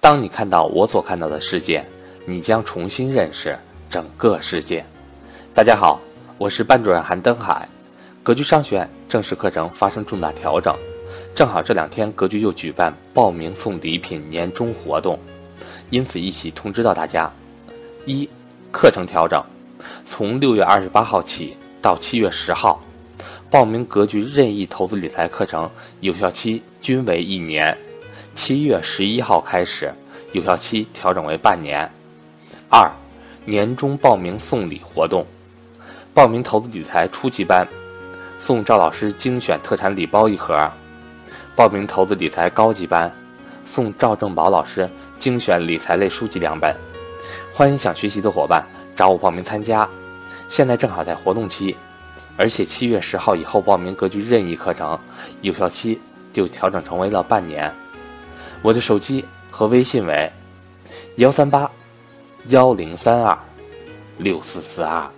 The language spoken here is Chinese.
当你看到我所看到的世界，你将重新认识整个世界。大家好，我是班主任韩登海。格局商学院正式课程发生重大调整，正好这2天格局又举办报名送礼品年终活动，因此一起通知到大家。1. 课程调整，从6月28号起到7月10号，报名格局任意投资理财课程有效期均为1年，7月11号开始，有效期调整为半年。2. 年终报名送礼活动，报名投资理财初级班，送赵老师精选特产礼包1盒；报名投资理财高级班，送赵正宝老师精选理财类书籍2本。欢迎想学习的伙伴找我报名参加，现在正好在活动期，而且7月10号以后报名格局任意课程，有效期就调整成为了半年。我的手机和微信为13810326442。